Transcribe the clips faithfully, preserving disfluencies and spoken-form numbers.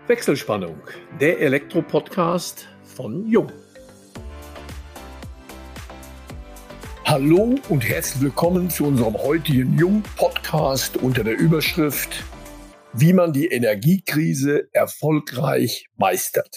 Wechselspannung, der Elektro-Podcast von Jung. Hallo und herzlich willkommen zu unserem heutigen Jung-Podcast unter der Überschrift Wie man die Energiekrise erfolgreich meistert.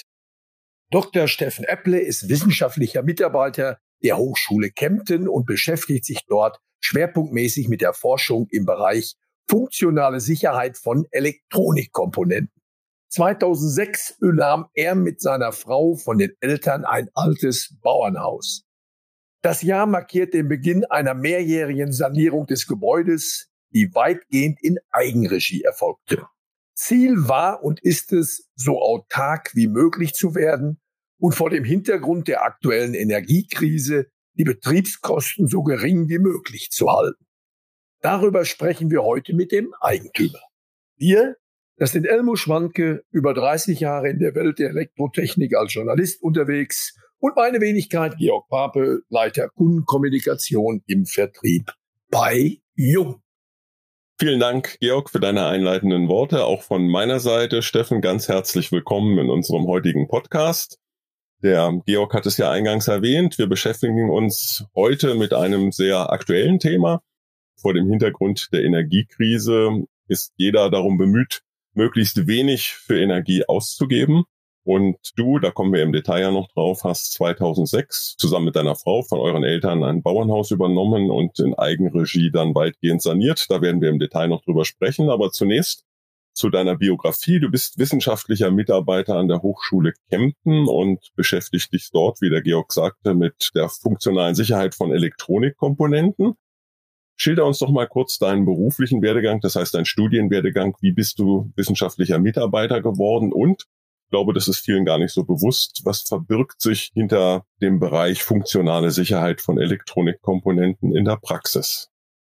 Doktor Steffen Epple ist wissenschaftlicher Mitarbeiter der Hochschule Kempten und beschäftigt sich dort schwerpunktmäßig mit der Forschung im Bereich funktionale Sicherheit von Elektronikkomponenten. zweitausendsechs übernahm er mit seiner Frau von den Eltern ein altes Bauernhaus. Das Jahr markiert den Beginn einer mehrjährigen Sanierung des Gebäudes, die weitgehend in Eigenregie erfolgte. Ziel war und ist es, so autark wie möglich zu werden und vor dem Hintergrund der aktuellen Energiekrise die Betriebskosten so gering wie möglich zu halten. Darüber sprechen wir heute mit dem Eigentümer. Wir, das sind Elmo Schwanke, über dreißig Jahre in der Welt der Elektrotechnik als Journalist unterwegs, und meine Wenigkeit Georg Pape, Leiter Kundenkommunikation im Vertrieb bei Jung. Vielen Dank, Georg, für deine einleitenden Worte. Auch von meiner Seite, Steffen, ganz herzlich willkommen in unserem heutigen Podcast. Der Georg hat es ja eingangs erwähnt. Wir beschäftigen uns heute mit einem sehr aktuellen Thema. Vor dem Hintergrund der Energiekrise ist jeder darum bemüht, möglichst wenig für Energie auszugeben. Und du, da kommen wir im Detail ja noch drauf, hast zweitausendsechs zusammen mit deiner Frau von euren Eltern ein Bauernhaus übernommen und in Eigenregie dann weitgehend saniert. Da werden wir im Detail noch drüber sprechen. Aber zunächst zu deiner Biografie. Du bist wissenschaftlicher Mitarbeiter an der Hochschule Kempten und beschäftigst dich dort, wie der Georg sagte, mit der funktionalen Sicherheit von Elektronikkomponenten. Schilder uns doch mal kurz deinen beruflichen Werdegang, das heißt deinen Studienwerdegang. Wie bist du wissenschaftlicher Mitarbeiter geworden? Und ich glaube, das ist vielen gar nicht so bewusst. Was verbirgt sich hinter dem Bereich funktionale Sicherheit von Elektronikkomponenten in der Praxis?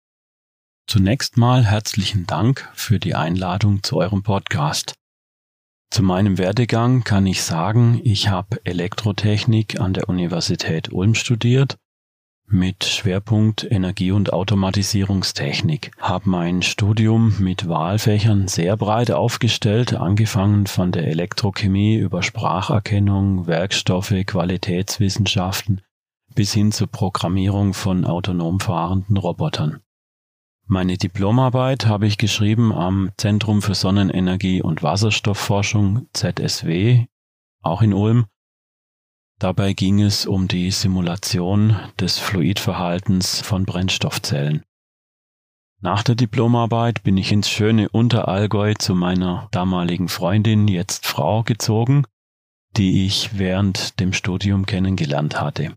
Zunächst mal herzlichen Dank für die Einladung zu eurem Podcast. Zu meinem Werdegang kann ich sagen, ich habe Elektrotechnik an der Universität Ulm studiert, mit Schwerpunkt Energie- und Automatisierungstechnik. Habe mein Studium mit Wahlfächern sehr breit aufgestellt, angefangen von der Elektrochemie über Spracherkennung, Werkstoffe, Qualitätswissenschaften bis hin zur Programmierung von autonom fahrenden Robotern. Meine Diplomarbeit habe ich geschrieben am Zentrum für Sonnenenergie und Wasserstoffforschung Z S W, auch in Ulm. Dabei ging es um die Simulation des Fluidverhaltens von Brennstoffzellen. Nach der Diplomarbeit bin ich ins schöne Unterallgäu zu meiner damaligen Freundin, jetzt Frau, gezogen, die ich während dem Studium kennengelernt hatte,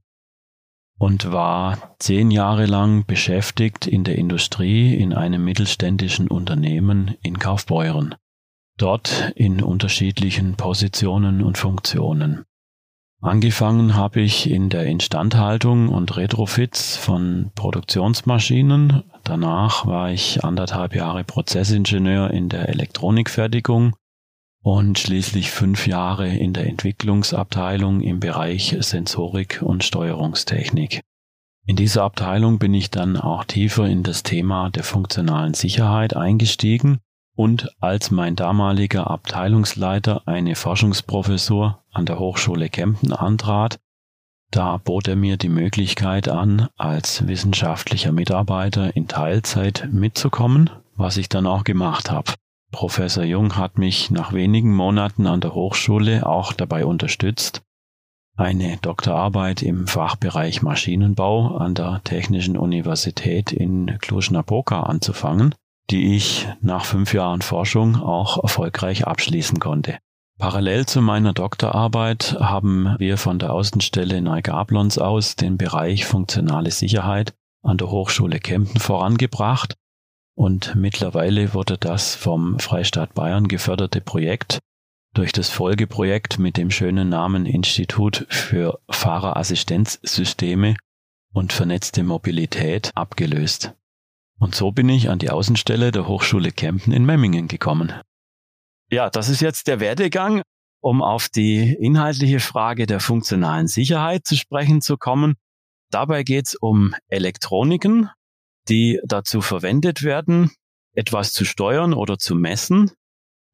und war zehn Jahre lang beschäftigt in der Industrie in einem mittelständischen Unternehmen in Kaufbeuren, dort in unterschiedlichen Positionen und Funktionen. Angefangen habe ich in der Instandhaltung und Retrofits von Produktionsmaschinen. Danach war ich anderthalb Jahre Prozessingenieur in der Elektronikfertigung und schließlich fünf Jahre in der Entwicklungsabteilung im Bereich Sensorik und Steuerungstechnik. In dieser Abteilung bin ich dann auch tiefer in das Thema der funktionalen Sicherheit eingestiegen. Und als mein damaliger Abteilungsleiter eine Forschungsprofessur an der Hochschule Kempten antrat, da bot er mir die Möglichkeit an, als wissenschaftlicher Mitarbeiter in Teilzeit mitzukommen, was ich dann auch gemacht habe. Professor Jung hat mich nach wenigen Monaten an der Hochschule auch dabei unterstützt, eine Doktorarbeit im Fachbereich Maschinenbau an der Technischen Universität in Cluj-Napoca anzufangen, die ich nach fünf Jahren Forschung auch erfolgreich abschließen konnte. Parallel zu meiner Doktorarbeit haben wir von der Außenstelle Neugablons aus den Bereich funktionale Sicherheit an der Hochschule Kempten vorangebracht und mittlerweile wurde das vom Freistaat Bayern geförderte Projekt durch das Folgeprojekt mit dem schönen Namen Institut für Fahrerassistenzsysteme und vernetzte Mobilität abgelöst. Und so bin ich an die Außenstelle der Hochschule Kempten in Memmingen gekommen. Ja, das ist jetzt der Werdegang. Um auf die inhaltliche Frage der funktionalen Sicherheit zu sprechen zu kommen. Dabei geht es um Elektroniken, die dazu verwendet werden, etwas zu steuern oder zu messen.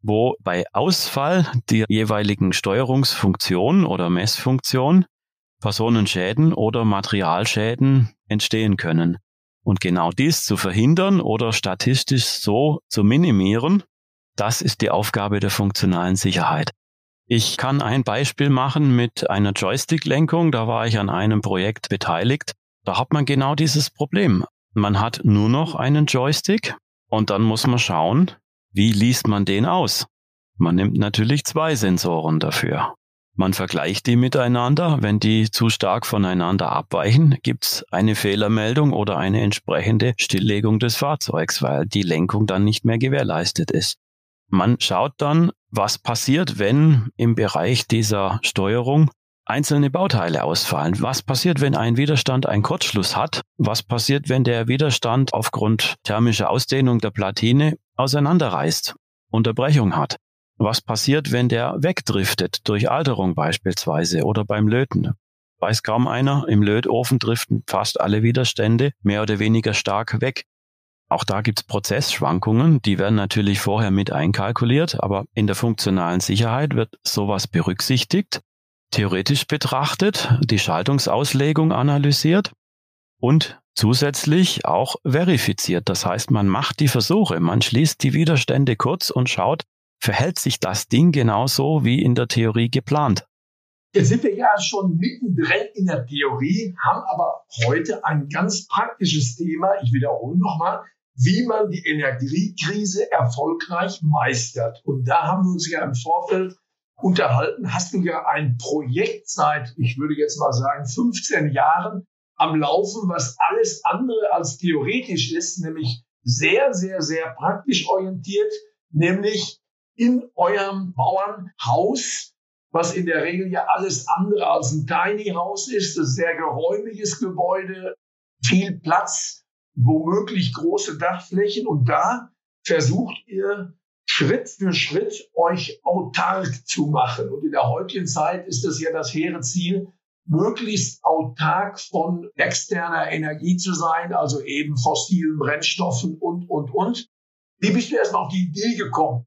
wo bei Ausfall der jeweiligen Steuerungsfunktion oder Messfunktion Personenschäden oder Materialschäden entstehen können. Und genau dies zu verhindern oder statistisch so zu minimieren, das ist die Aufgabe der funktionalen Sicherheit. Ich kann ein Beispiel machen mit einer Joystick-Lenkung. Da war ich an einem Projekt beteiligt. Da hat man genau dieses Problem. Man hat nur noch einen Joystick und dann muss man schauen, wie liest man den aus. Man nimmt natürlich zwei Sensoren dafür. Man vergleicht die miteinander. Wenn die zu stark voneinander abweichen, gibt's eine Fehlermeldung oder eine entsprechende Stilllegung des Fahrzeugs, weil die Lenkung dann nicht mehr gewährleistet ist. Man schaut dann, was passiert, wenn im Bereich dieser Steuerung einzelne Bauteile ausfallen. Was passiert, wenn ein Widerstand einen Kurzschluss hat? Was passiert, wenn der Widerstand aufgrund thermischer Ausdehnung der Platine auseinanderreißt, Unterbrechung hat? Was passiert, wenn der wegdriftet, durch Alterung beispielsweise oder beim Löten? Weiß kaum einer, im Lötofen driften fast alle Widerstände mehr oder weniger stark weg. Auch da gibt's Prozessschwankungen, die werden natürlich vorher mit einkalkuliert, aber in der funktionalen Sicherheit wird sowas berücksichtigt, theoretisch betrachtet, die Schaltungsauslegung analysiert und zusätzlich auch verifiziert. Das heißt, man macht die Versuche, man schließt die Widerstände kurz und schaut, verhält sich das Ding genauso wie in der Theorie geplant. Jetzt sind wir ja schon mittendrin in der Theorie, haben aber heute ein ganz praktisches Thema. Ich wiederhole nochmal, wie man die Energiekrise erfolgreich meistert. Und da haben wir uns ja im Vorfeld unterhalten. Hast du ja ein Projekt seit, ich würde jetzt mal sagen, fünfzehn Jahren am Laufen, was alles andere als theoretisch ist, nämlich sehr, sehr, sehr praktisch orientiert, nämlich in eurem Bauernhaus, was in der Regel ja alles andere als ein Tiny House ist, ein sehr geräumiges Gebäude, viel Platz, womöglich große Dachflächen. Und da versucht ihr Schritt für Schritt euch autark zu machen. Und in der heutigen Zeit ist das ja das hehre Ziel, möglichst autark von externer Energie zu sein, also eben fossilen Brennstoffen und, und, und. Wie bist du erstmal auf die Idee gekommen?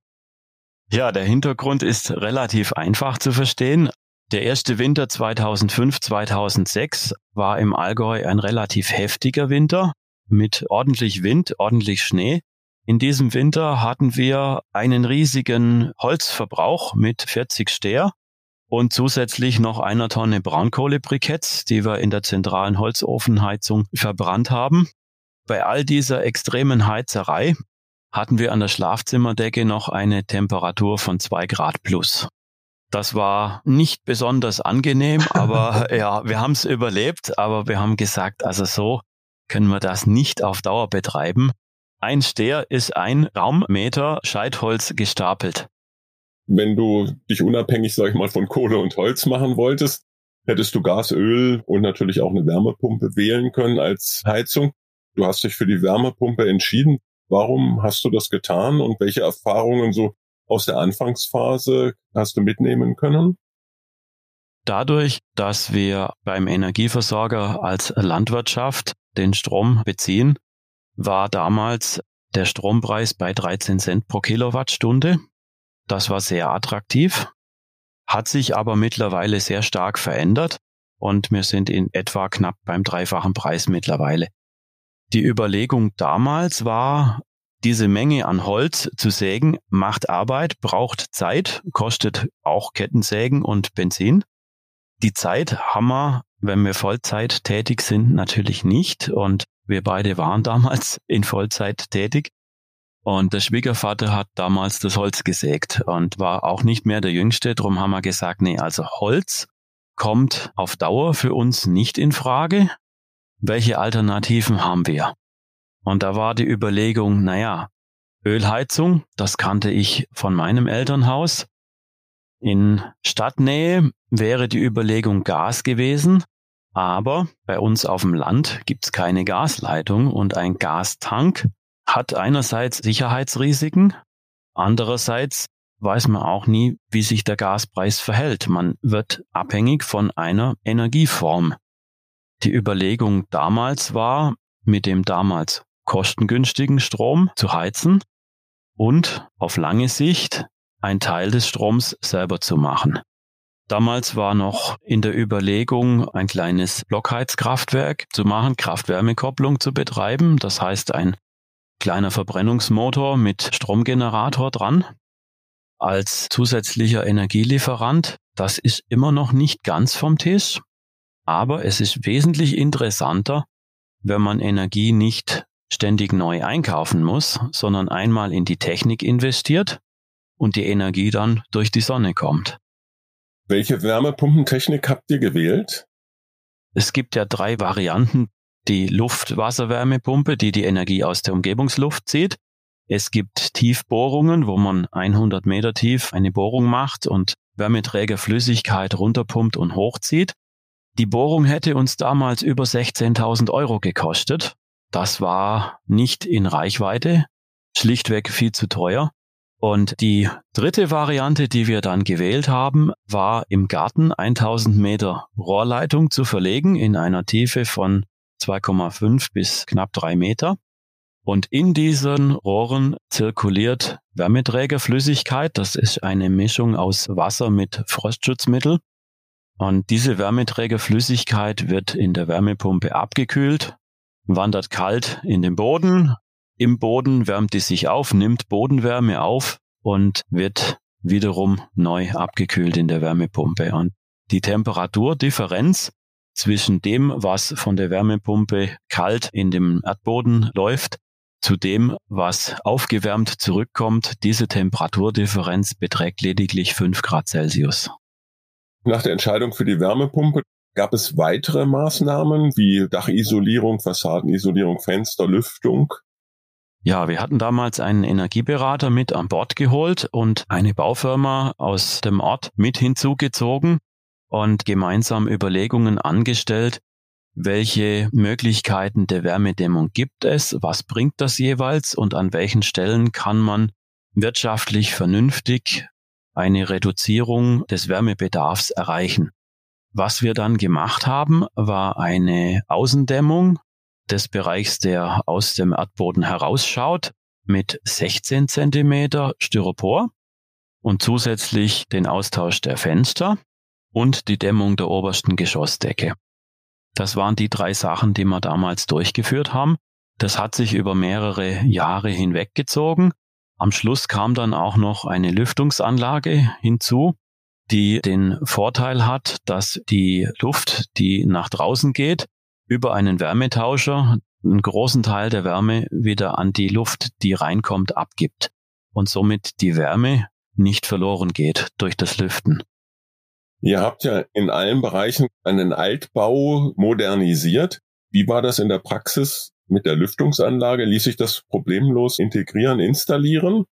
Ja, der Hintergrund ist relativ einfach zu verstehen. Der erste Winter zweitausendfünf, zweitausendsechs war im Allgäu ein relativ heftiger Winter mit ordentlich Wind, ordentlich Schnee. In diesem Winter hatten wir einen riesigen Holzverbrauch mit vierzig Steer und zusätzlich noch einer Tonne Braunkohlebriketts, die wir in der zentralen Holzofenheizung verbrannt haben. Bei all dieser extremen Heizerei hatten wir an der Schlafzimmerdecke noch eine Temperatur von zwei Grad plus. Das war nicht besonders angenehm, aber ja, wir haben es überlebt, aber wir haben gesagt, also so können wir das nicht auf Dauer betreiben. Ein Steer ist ein Raummeter Scheitholz gestapelt. Wenn du dich unabhängig, sag ich mal, von Kohle und Holz machen wolltest, hättest du Gas, Öl und natürlich auch eine Wärmepumpe wählen können als Heizung. Du hast dich für die Wärmepumpe entschieden. Warum hast du das getan und welche Erfahrungen so aus der Anfangsphase hast du mitnehmen können? Dadurch, dass wir beim Energieversorger als Landwirtschaft den Strom beziehen, war damals der Strompreis bei dreizehn Cent pro Kilowattstunde. Das war sehr attraktiv, hat sich aber mittlerweile sehr stark verändert und wir sind in etwa knapp beim dreifachen Preis mittlerweile. Die Überlegung damals war, diese Menge an Holz zu sägen, macht Arbeit, braucht Zeit, kostet auch Kettensägen und Benzin. Die Zeit haben wir, wenn wir Vollzeit tätig sind, natürlich nicht. Und wir beide waren damals in Vollzeit tätig. Und der Schwiegervater hat damals das Holz gesägt und war auch nicht mehr der Jüngste. Darum haben wir gesagt, nee, also Holz kommt auf Dauer für uns nicht in Frage. Welche Alternativen haben wir? Und da war die Überlegung, naja, Ölheizung, das kannte ich von meinem Elternhaus. In Stadtnähe wäre die Überlegung Gas gewesen, aber bei uns auf dem Land gibt's keine Gasleitung und ein Gastank hat einerseits Sicherheitsrisiken, andererseits weiß man auch nie, wie sich der Gaspreis verhält. Man wird abhängig von einer Energieform. Die Überlegung damals war, mit dem damals kostengünstigen Strom zu heizen und auf lange Sicht einen Teil des Stroms selber zu machen. Damals war noch in der Überlegung, ein kleines Blockheizkraftwerk zu machen, Kraft-Wärme-Kopplung zu betreiben. Das heißt, ein kleiner Verbrennungsmotor mit Stromgenerator dran als zusätzlicher Energielieferant. Das ist immer noch nicht ganz vom Tisch, aber es ist wesentlich interessanter, wenn man Energie nicht ständig neu einkaufen muss, sondern einmal in die Technik investiert und die Energie dann durch die Sonne kommt. Welche Wärmepumpentechnik habt ihr gewählt? Es gibt ja drei Varianten. Die Luft-Wasser-Wärmepumpe, die die Energie aus der Umgebungsluft zieht. Es gibt Tiefbohrungen, wo man hundert Meter tief eine Bohrung macht und Wärmeträgerflüssigkeit runterpumpt und hochzieht. Die Bohrung hätte uns damals über sechzehntausend Euro gekostet. Das war nicht in Reichweite, schlichtweg viel zu teuer. Und die dritte Variante, die wir dann gewählt haben, war im Garten tausend Meter Rohrleitung zu verlegen in einer Tiefe von zwei Komma fünf bis knapp drei Meter. Und in diesen Rohren zirkuliert Wärmeträgerflüssigkeit. Das ist eine Mischung aus Wasser mit Frostschutzmittel. Und diese Wärmeträgerflüssigkeit wird in der Wärmepumpe abgekühlt, wandert kalt in den Boden. Im Boden wärmt die sich auf, nimmt Bodenwärme auf und wird wiederum neu abgekühlt in der Wärmepumpe. Und die Temperaturdifferenz zwischen dem, was von der Wärmepumpe kalt in dem Erdboden läuft, zu dem, was aufgewärmt zurückkommt, diese Temperaturdifferenz beträgt lediglich fünf Grad Celsius. Nach der Entscheidung für die Wärmepumpe gab es weitere Maßnahmen wie Dachisolierung, Fassadenisolierung, Fenster, Lüftung? Ja, wir hatten damals einen Energieberater mit an Bord geholt und eine Baufirma aus dem Ort mit hinzugezogen und gemeinsam Überlegungen angestellt, welche Möglichkeiten der Wärmedämmung gibt es, was bringt das jeweils und an welchen Stellen kann man wirtschaftlich vernünftig eine Reduzierung des Wärmebedarfs erreichen. Was wir dann gemacht haben, war eine Außendämmung des Bereichs, der aus dem Erdboden herausschaut, mit sechzehn Zentimeter Styropor und zusätzlich den Austausch der Fenster und die Dämmung der obersten Geschossdecke. Das waren die drei Sachen, die wir damals durchgeführt haben. Das hat sich über mehrere Jahre hinweggezogen. Am Schluss kam dann auch noch eine Lüftungsanlage hinzu, die den Vorteil hat, dass die Luft, die nach draußen geht, über einen Wärmetauscher einen großen Teil der Wärme wieder an die Luft, die reinkommt, abgibt und somit die Wärme nicht verloren geht durch das Lüften. Ihr habt ja in allen Bereichen einen Altbau modernisiert. Wie war das in der Praxis mit der Lüftungsanlage? Ließ sich das problemlos integrieren, installieren?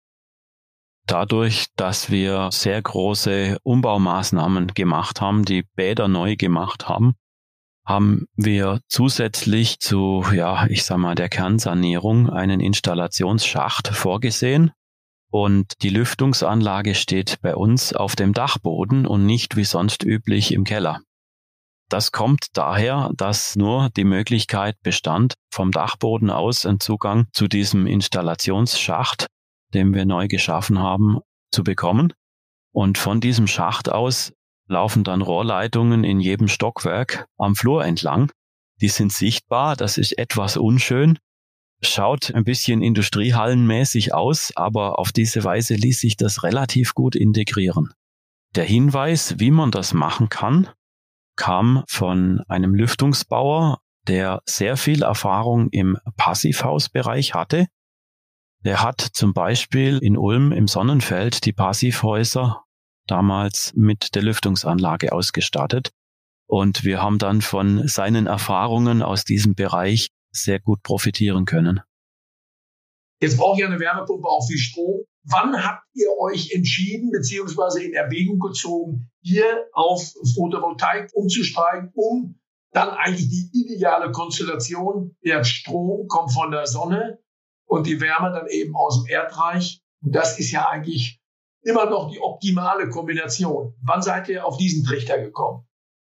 Dadurch, dass wir sehr große Umbaumaßnahmen gemacht haben, die Bäder neu gemacht haben, haben wir zusätzlich zu, ja, ich sag mal, der Kernsanierung einen Installationsschacht vorgesehen. Und die Lüftungsanlage steht bei uns auf dem Dachboden und nicht wie sonst üblich im Keller. Das kommt daher, dass nur die Möglichkeit bestand, vom Dachboden aus einen Zugang zu diesem Installationsschacht, den wir neu geschaffen haben, zu bekommen. Und von diesem Schacht aus laufen dann Rohrleitungen in jedem Stockwerk am Flur entlang. Die sind sichtbar, das ist etwas unschön. Schaut ein bisschen industriehallenmäßig aus, aber auf diese Weise ließ sich das relativ gut integrieren. Der Hinweis, wie man das machen kann, kam von einem Lüftungsbauer, der sehr viel Erfahrung im Passivhausbereich hatte. Der hat zum Beispiel in Ulm im Sonnenfeld die Passivhäuser damals mit der Lüftungsanlage ausgestattet. Und wir haben dann von seinen Erfahrungen aus diesem Bereich sehr gut profitieren können. Jetzt braucht ihr eine Wärmepumpe auch viel Strom. Wann habt ihr euch entschieden bzw. in Erwägung gezogen, hier auf Photovoltaik umzusteigen, um dann eigentlich die ideale Konstellation, der Strom kommt von der Sonne und die Wärme dann eben aus dem Erdreich. Und das ist ja eigentlich immer noch die optimale Kombination. Wann seid ihr auf diesen Trichter gekommen?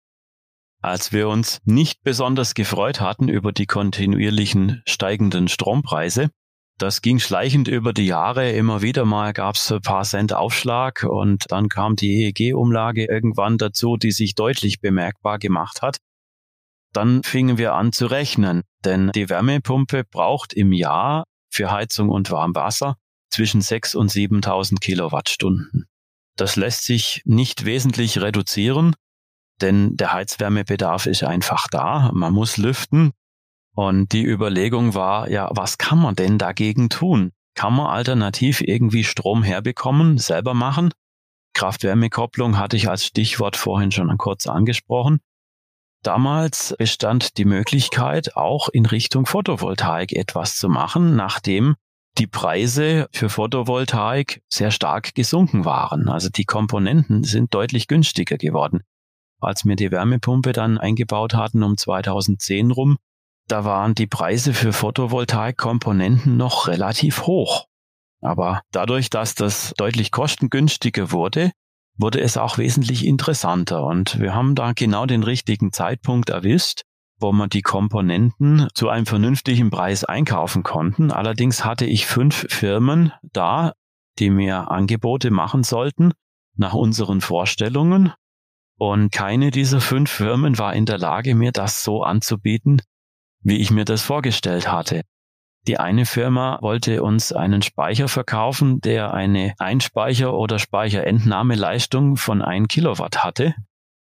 Als wir uns nicht besonders gefreut hatten über die kontinuierlichen steigenden Strompreise, Das ging schleichend über die Jahre. Immer wieder mal gab es ein paar Cent Aufschlag und dann kam die E E G-Umlage irgendwann dazu, die sich deutlich bemerkbar gemacht hat. Dann fingen wir an zu rechnen, denn die Wärmepumpe braucht im Jahr für Heizung und Warmwasser zwischen sechstausend und siebentausend Kilowattstunden. Das lässt sich nicht wesentlich reduzieren, denn der Heizwärmebedarf ist einfach da. Man muss lüften. Und die Überlegung war, ja, was kann man denn dagegen tun? Kann man alternativ irgendwie Strom herbekommen, selber machen? Kraft-Wärme-Kopplung hatte ich als Stichwort vorhin schon kurz angesprochen. Damals bestand die Möglichkeit, auch in Richtung Photovoltaik etwas zu machen, nachdem die Preise für Photovoltaik sehr stark gesunken waren. Also die Komponenten sind deutlich günstiger geworden. Als wir die Wärmepumpe dann eingebaut hatten um zweitausendzehn rum, da waren die Preise für Photovoltaik-Komponenten noch relativ hoch. Aber dadurch, dass das deutlich kostengünstiger wurde, wurde es auch wesentlich interessanter. Und wir haben da genau den richtigen Zeitpunkt erwischt, wo wir die Komponenten zu einem vernünftigen Preis einkaufen konnten. Allerdings hatte ich fünf Firmen da, die mir Angebote machen sollten nach unseren Vorstellungen. Und keine dieser fünf Firmen war in der Lage, mir das so anzubieten, wie ich mir das vorgestellt hatte. Die eine Firma wollte uns einen Speicher verkaufen, der eine Einspeicher- oder Speicherentnahmeleistung von ein Kilowatt hatte.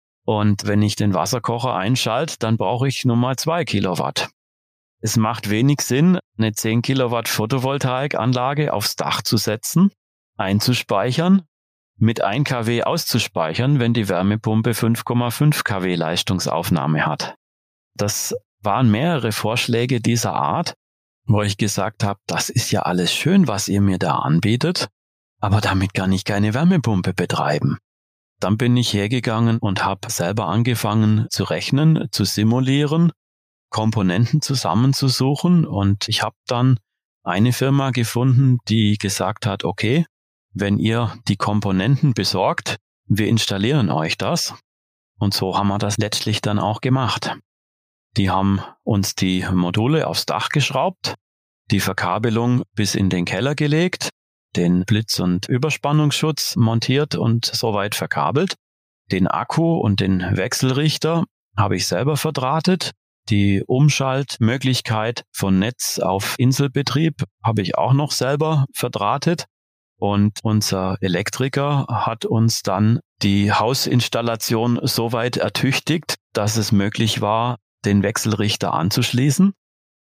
Und wenn ich den Wasserkocher einschalte, dann brauche ich nur mal zwei Kilowatt. Es macht wenig Sinn, eine zehn Kilowatt Photovoltaikanlage aufs Dach zu setzen, einzuspeichern, mit ein Kilowatt auszuspeichern, wenn die Wärmepumpe fünf Komma fünf Kilowatt Leistungsaufnahme hat. Das waren mehrere Vorschläge dieser Art, wo ich gesagt habe, das ist ja alles schön, was ihr mir da anbietet, aber damit kann ich keine Wärmepumpe betreiben. Dann bin ich hergegangen und habe selber angefangen zu rechnen, zu simulieren, Komponenten zusammenzusuchen und ich habe dann eine Firma gefunden, die gesagt hat, okay, wenn ihr die Komponenten besorgt, wir installieren euch das. Und so haben wir das letztlich dann auch gemacht. Die haben uns die Module aufs Dach geschraubt, die Verkabelung bis in den Keller gelegt, den Blitz- und Überspannungsschutz montiert und soweit verkabelt. Den Akku und den Wechselrichter habe ich selber verdrahtet. Die Umschaltmöglichkeit von Netz auf Inselbetrieb habe ich auch noch selber verdrahtet. Und unser Elektriker hat uns dann die Hausinstallation soweit ertüchtigt, dass es möglich war, den Wechselrichter anzuschließen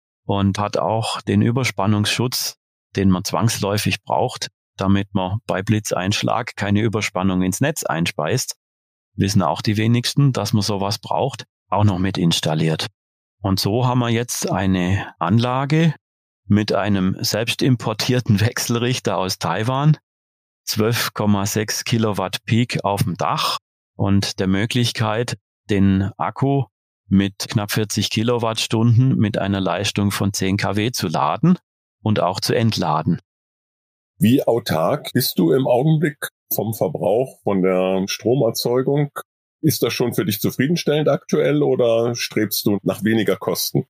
und hat auch den Überspannungsschutz, den man zwangsläufig braucht, damit man bei Blitzeinschlag keine Überspannung ins Netz einspeist. Wissen auch die wenigsten, dass man sowas braucht, auch noch mit installiert. Und so haben wir jetzt eine Anlage mit einem selbst importierten Wechselrichter aus Taiwan, zwölf Komma sechs Kilowatt Peak auf dem Dach und der Möglichkeit, den Akku mit knapp vierzig Kilowattstunden mit einer Leistung von zehn Kilowatt zu laden und auch zu entladen. Wie autark bist du im Augenblick vom Verbrauch, von der Stromerzeugung? Ist das schon für dich zufriedenstellend aktuell oder strebst du nach weniger Kosten?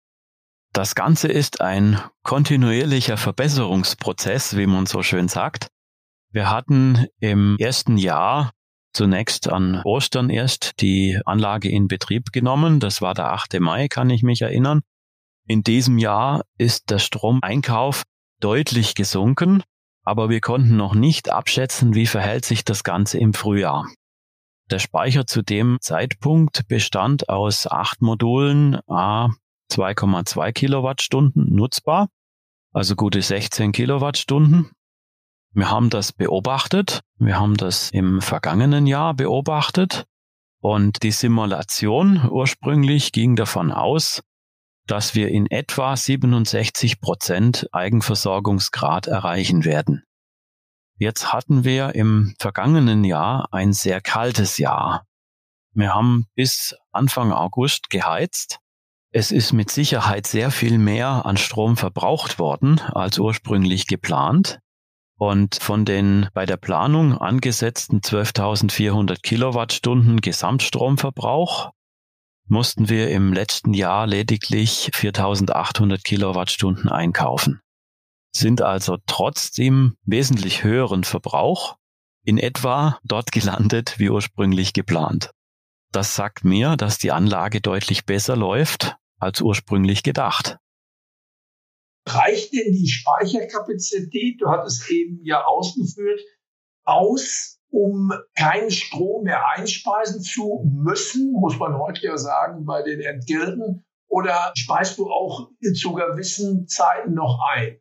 Das Ganze ist ein kontinuierlicher Verbesserungsprozess, wie man so schön sagt. Wir hatten im ersten Jahr zunächst an Ostern erst die Anlage in Betrieb genommen. Das war der achte Mai, kann ich mich erinnern. In diesem Jahr ist der Stromeinkauf deutlich gesunken, aber wir konnten noch nicht abschätzen, wie verhält sich das Ganze im Frühjahr. Der Speicher zu dem Zeitpunkt bestand aus acht Modulen, a zwei Komma zwei Kilowattstunden nutzbar, also gute sechzehn Kilowattstunden. Wir haben das beobachtet, wir haben das im vergangenen Jahr beobachtet und die Simulation ursprünglich ging davon aus, dass wir in etwa siebenundsechzig Prozent Eigenversorgungsgrad erreichen werden. Jetzt hatten wir im vergangenen Jahr ein sehr kaltes Jahr. Wir haben bis Anfang August geheizt. Es ist mit Sicherheit sehr viel mehr an Strom verbraucht worden als ursprünglich geplant. Und von den bei der Planung angesetzten zwölftausendvierhundert Kilowattstunden Gesamtstromverbrauch mussten wir im letzten Jahr lediglich viertausendachthundert Kilowattstunden einkaufen. sind also trotz dem wesentlich höheren Verbrauch in etwa dort gelandet, wie ursprünglich geplant. Das sagt mir, dass die Anlage deutlich besser läuft als ursprünglich gedacht. Reicht denn die Speicherkapazität, du hattest eben ja ausgeführt, aus, um keinen Strom mehr einspeisen zu müssen, muss man heute ja sagen, bei den Entgelten, oder speist du auch zu gewissen Zeiten noch ein?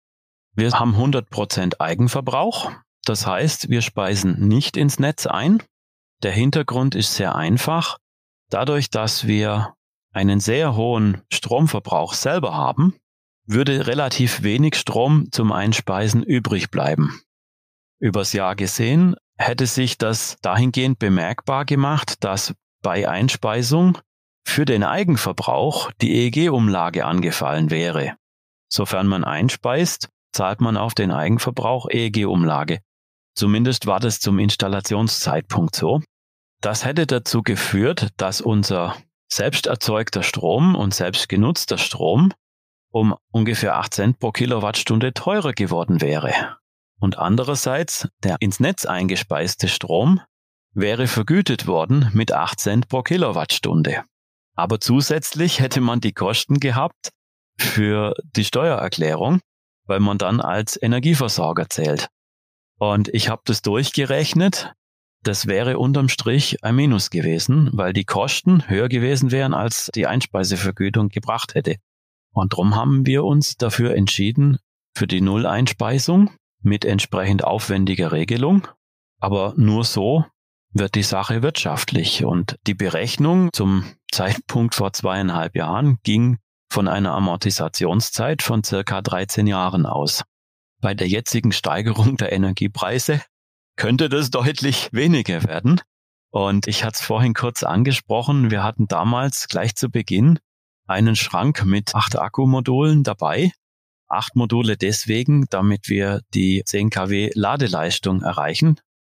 Wir haben hundert Prozent Eigenverbrauch, das heißt, wir speisen nicht ins Netz ein. Der Hintergrund ist sehr einfach. Dadurch, dass wir einen sehr hohen Stromverbrauch selber haben, würde relativ wenig Strom zum Einspeisen übrig bleiben. Übers Jahr gesehen hätte sich das dahingehend bemerkbar gemacht, dass bei Einspeisung für den Eigenverbrauch die E E G-Umlage angefallen wäre. Sofern man einspeist, zahlt man auf den Eigenverbrauch E E G-Umlage. Zumindest war das zum Installationszeitpunkt so. Das hätte dazu geführt, dass unser selbst erzeugter Strom und selbst genutzter Strom um ungefähr acht Cent pro Kilowattstunde teurer geworden wäre. Und andererseits, der ins Netz eingespeiste Strom wäre vergütet worden mit acht Cent pro Kilowattstunde. Aber zusätzlich hätte man die Kosten gehabt für die Steuererklärung, weil man dann als Energieversorger zählt. Und ich habe das durchgerechnet, das wäre unterm Strich ein Minus gewesen, weil die Kosten höher gewesen wären, als die Einspeisevergütung gebracht hätte. Und darum haben wir uns dafür entschieden, für die Nulleinspeisung mit entsprechend aufwendiger Regelung. Aber nur so wird die Sache wirtschaftlich. Und die Berechnung zum Zeitpunkt vor zweieinhalb Jahren ging von einer Amortisationszeit von circa dreizehn Jahren aus. Bei der jetzigen Steigerung der Energiepreise könnte das deutlich weniger werden. Und ich hatte es vorhin kurz angesprochen, wir hatten damals gleich zu Beginn einen Schrank mit acht Akkumodulen dabei. Acht Module deswegen, damit wir die zehn Kilowatt Ladeleistung erreichen.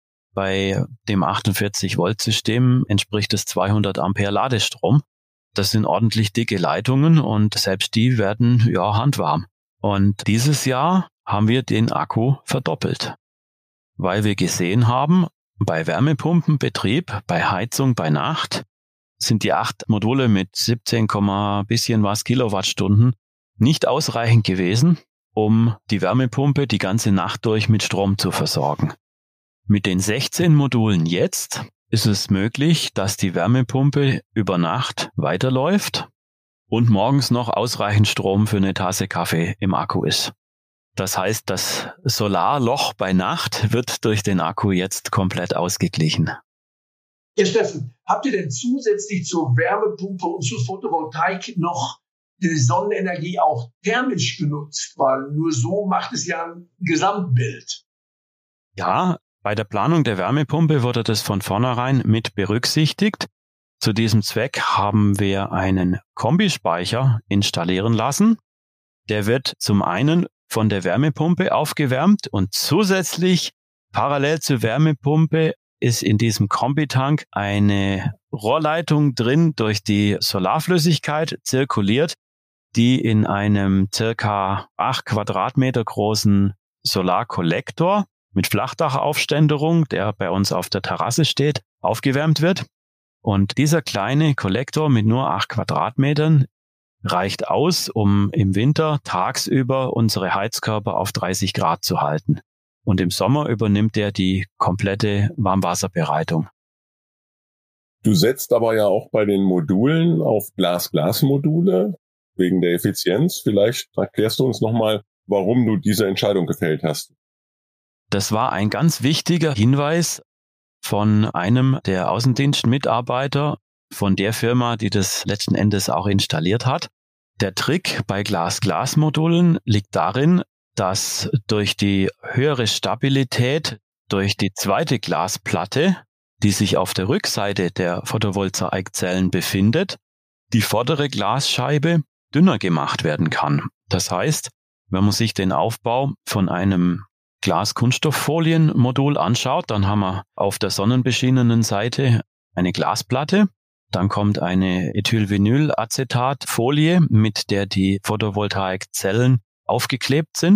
Bei dem achtundvierzig Volt System entspricht es zweihundert Ampere Ladestrom. Das sind ordentlich dicke Leitungen und selbst die werden ja handwarm. Und dieses Jahr haben wir den Akku verdoppelt, weil wir gesehen haben, bei Wärmepumpenbetrieb, bei Heizung bei Nacht sind die acht Module mit siebzehn, bisschen was Kilowattstunden nicht ausreichend gewesen, um die Wärmepumpe die ganze Nacht durch mit Strom zu versorgen. Mit den sechzehn Modulen jetzt ist es möglich, dass die Wärmepumpe über Nacht weiterläuft und morgens noch ausreichend Strom für eine Tasse Kaffee im Akku ist. Das heißt, das Solarloch bei Nacht wird durch den Akku jetzt komplett ausgeglichen. Ja, Steffen, habt ihr denn zusätzlich zur Wärmepumpe und zur Photovoltaik noch die Sonnenenergie auch thermisch genutzt? Weil nur so macht es ja ein Gesamtbild. Ja, bei der Planung der Wärmepumpe wurde das von vornherein mit berücksichtigt. Zu diesem Zweck haben wir einen Kombispeicher installieren lassen. Der wird zum einen von der Wärmepumpe aufgewärmt und zusätzlich parallel zur Wärmepumpe ist in diesem Kombitank eine Rohrleitung drin, durch die Solarflüssigkeit zirkuliert, die in einem circa acht Quadratmeter großen Solarkollektor mit Flachdach-Aufständerung, der bei uns auf der Terrasse steht, aufgewärmt wird. Und dieser kleine Kollektor mit nur acht Quadratmetern reicht aus, um im Winter tagsüber unsere Heizkörper auf dreißig Grad zu halten. Und im Sommer übernimmt er die komplette Warmwasserbereitung. Du setzt aber ja auch bei den Modulen auf Glas-Glas-Module wegen der Effizienz. Vielleicht erklärst du uns nochmal, warum du diese Entscheidung gefällt hast. Das war ein ganz wichtiger Hinweis von einem der Außendienstmitarbeiter von der Firma, die das letzten Endes auch installiert hat. Der Trick bei Glas-Glas-Modulen liegt darin, dass durch die höhere Stabilität, durch die zweite Glasplatte, die sich auf der Rückseite der Photovoltaikzellen befindet, die vordere Glasscheibe dünner gemacht werden kann. Das heißt, wenn man sich den Aufbau von einem Glas-Kunststofffolienmodul anschaut, dann haben wir auf der sonnenbeschienenen Seite eine Glasplatte. Dann kommt eine Ethylvinylacetatfolie, mit der die Photovoltaikzellen aufgeklebt sind.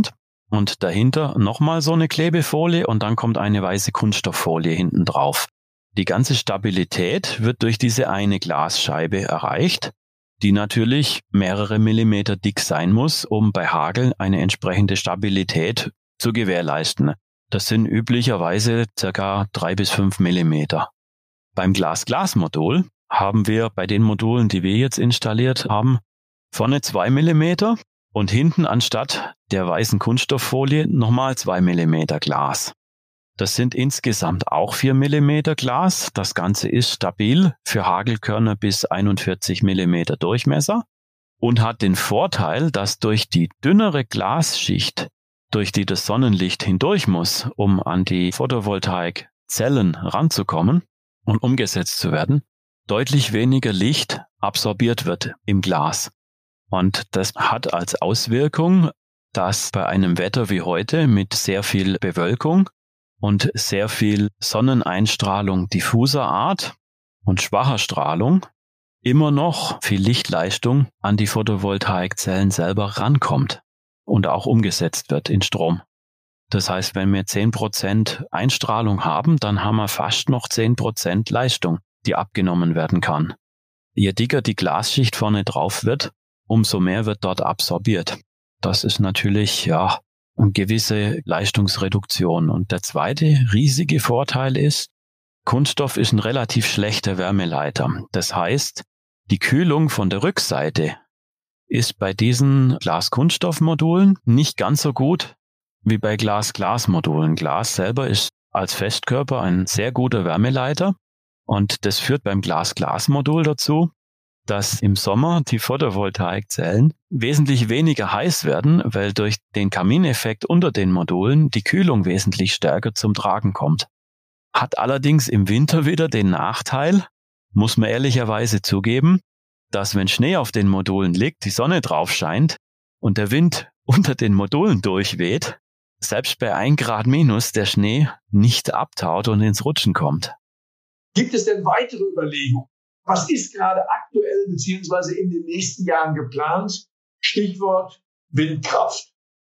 und dahinter nochmal so eine Klebefolie und dann kommt eine weiße Kunststofffolie hinten drauf. Die ganze Stabilität wird durch diese eine Glasscheibe erreicht, die natürlich mehrere Millimeter dick sein muss, um bei Hagel eine entsprechende Stabilität zu gewährleisten. Das sind üblicherweise circa drei bis fünf Millimeter. Beim Glas-Glas-Modul haben wir bei den Modulen, die wir jetzt installiert haben, vorne zwei Millimeter und hinten anstatt der weißen Kunststofffolie nochmal zwei Millimeter Glas. Das sind insgesamt auch vier Millimeter Glas. Das Ganze ist stabil für Hagelkörner bis einundvierzig Millimeter Durchmesser und hat den Vorteil, dass durch die dünnere Glasschicht, durch die das Sonnenlicht hindurch muss, um an die Photovoltaikzellen ranzukommen und umgesetzt zu werden, deutlich weniger Licht absorbiert wird im Glas. Und das hat als Auswirkung, dass bei einem Wetter wie heute mit sehr viel Bewölkung und sehr viel Sonneneinstrahlung diffuser Art und schwacher Strahlung immer noch viel Lichtleistung an die Photovoltaikzellen selber rankommt und auch umgesetzt wird in Strom. Das heißt, wenn wir zehn Prozent Einstrahlung haben, dann haben wir fast noch zehn Prozent Leistung, die abgenommen werden kann. Je dicker die Glasschicht vorne drauf wird, umso mehr wird dort absorbiert. Das ist natürlich, ja, eine gewisse Leistungsreduktion. Und der zweite riesige Vorteil ist, Kunststoff ist ein relativ schlechter Wärmeleiter. Das heißt, die Kühlung von der Rückseite ist bei diesen Glas-Kunststoff-Modulen nicht ganz so gut wie bei Glas-Glas-Modulen. Glas selber ist als Festkörper ein sehr guter Wärmeleiter und das führt beim Glas-Glas-Modul dazu, dass im Sommer die Photovoltaikzellen wesentlich weniger heiß werden, weil durch den Kamineffekt unter den Modulen die Kühlung wesentlich stärker zum Tragen kommt. Hat allerdings im Winter wieder den Nachteil, muss man ehrlicherweise zugeben, dass wenn Schnee auf den Modulen liegt, die Sonne drauf scheint und der Wind unter den Modulen durchweht, selbst bei ein Grad minus der Schnee nicht abtaut und ins Rutschen kommt. Gibt es denn weitere Überlegungen? Was ist gerade aktuell beziehungsweise in den nächsten Jahren geplant? Stichwort Windkraft.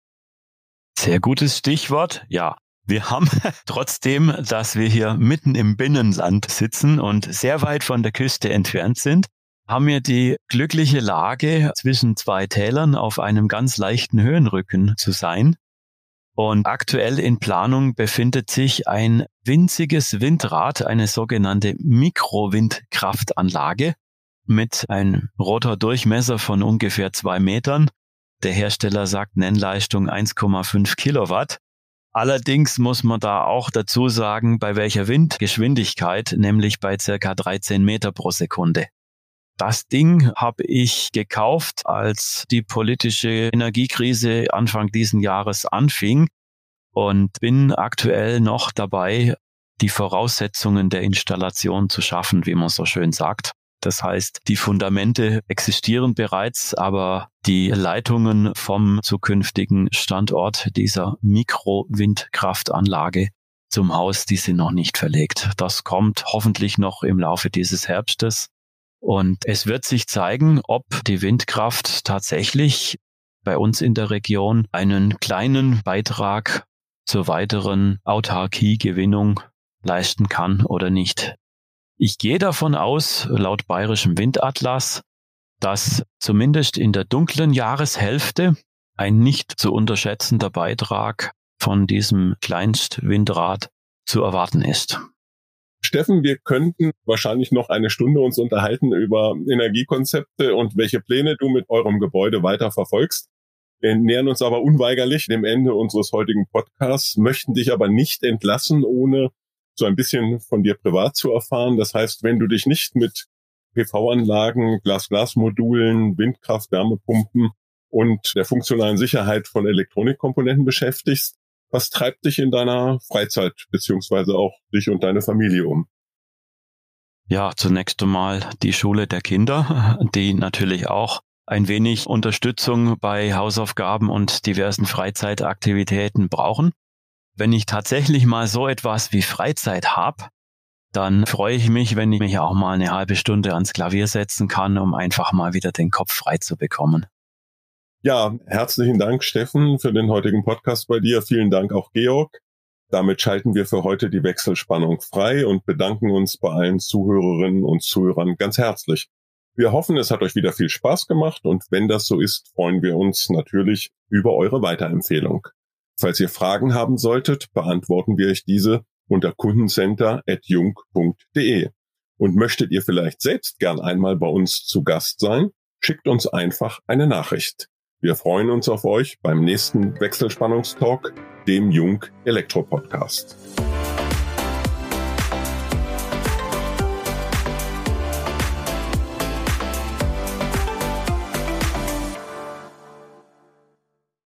Sehr gutes Stichwort, ja. Wir haben trotzdem, dass wir hier mitten im Binnenland sitzen und sehr weit von der Küste entfernt sind, haben wir die glückliche Lage, zwischen zwei Tälern auf einem ganz leichten Höhenrücken zu sein. Und aktuell in Planung befindet sich ein winziges Windrad, eine sogenannte Mikrowindkraftanlage mit einem Rotordurchmesser von ungefähr zwei Metern. Der Hersteller sagt Nennleistung eins Komma fünf Kilowatt. Allerdings muss man da auch dazu sagen, bei welcher Windgeschwindigkeit, nämlich bei circa dreizehn Meter pro Sekunde. Das Ding habe ich gekauft, als die politische Energiekrise Anfang diesen Jahres anfing und bin aktuell noch dabei, die Voraussetzungen der Installation zu schaffen, wie man so schön sagt. Das heißt, die Fundamente existieren bereits, aber die Leitungen vom zukünftigen Standort dieser Mikrowindkraftanlage zum Haus, die sind noch nicht verlegt. Das kommt hoffentlich noch im Laufe dieses Herbstes. Und es wird sich zeigen, ob die Windkraft tatsächlich bei uns in der Region einen kleinen Beitrag zur weiteren Autarkiegewinnung leisten kann oder nicht. Ich gehe davon aus, laut Bayerischem Windatlas, dass zumindest in der dunklen Jahreshälfte ein nicht zu unterschätzender Beitrag von diesem Kleinstwindrad zu erwarten ist. Steffen, wir könnten wahrscheinlich noch eine Stunde uns unterhalten über Energiekonzepte und welche Pläne du mit eurem Gebäude weiter verfolgst. Wir nähern uns aber unweigerlich dem Ende unseres heutigen Podcasts, möchten dich aber nicht entlassen, ohne so ein bisschen von dir privat zu erfahren. Das heißt, wenn du dich nicht mit P V-Anlagen, Glas-Glas-Modulen, Windkraft, Wärmepumpen und der funktionalen Sicherheit von Elektronikkomponenten beschäftigst, was treibt dich in deiner Freizeit beziehungsweise auch dich und deine Familie um? Ja, zunächst einmal die Schule der Kinder, die natürlich auch ein wenig Unterstützung bei Hausaufgaben und diversen Freizeitaktivitäten brauchen. Wenn ich tatsächlich mal so etwas wie Freizeit habe, dann freue ich mich, wenn ich mich auch mal eine halbe Stunde ans Klavier setzen kann, um einfach mal wieder den Kopf frei zu bekommen. Ja, herzlichen Dank, Steffen, für den heutigen Podcast bei dir. Vielen Dank auch, Georg. Damit schalten wir für heute die Wechselspannung frei und bedanken uns bei allen Zuhörerinnen und Zuhörern ganz herzlich. Wir hoffen, es hat euch wieder viel Spaß gemacht und wenn das so ist, freuen wir uns natürlich über eure Weiterempfehlung. Falls ihr Fragen haben solltet, beantworten wir euch diese unter kundencenter at jung punkt de. Und möchtet ihr vielleicht selbst gern einmal bei uns zu Gast sein, schickt uns einfach eine Nachricht. Wir freuen uns auf euch beim nächsten Wechselspannungstalk, dem Jung Elektro Podcast.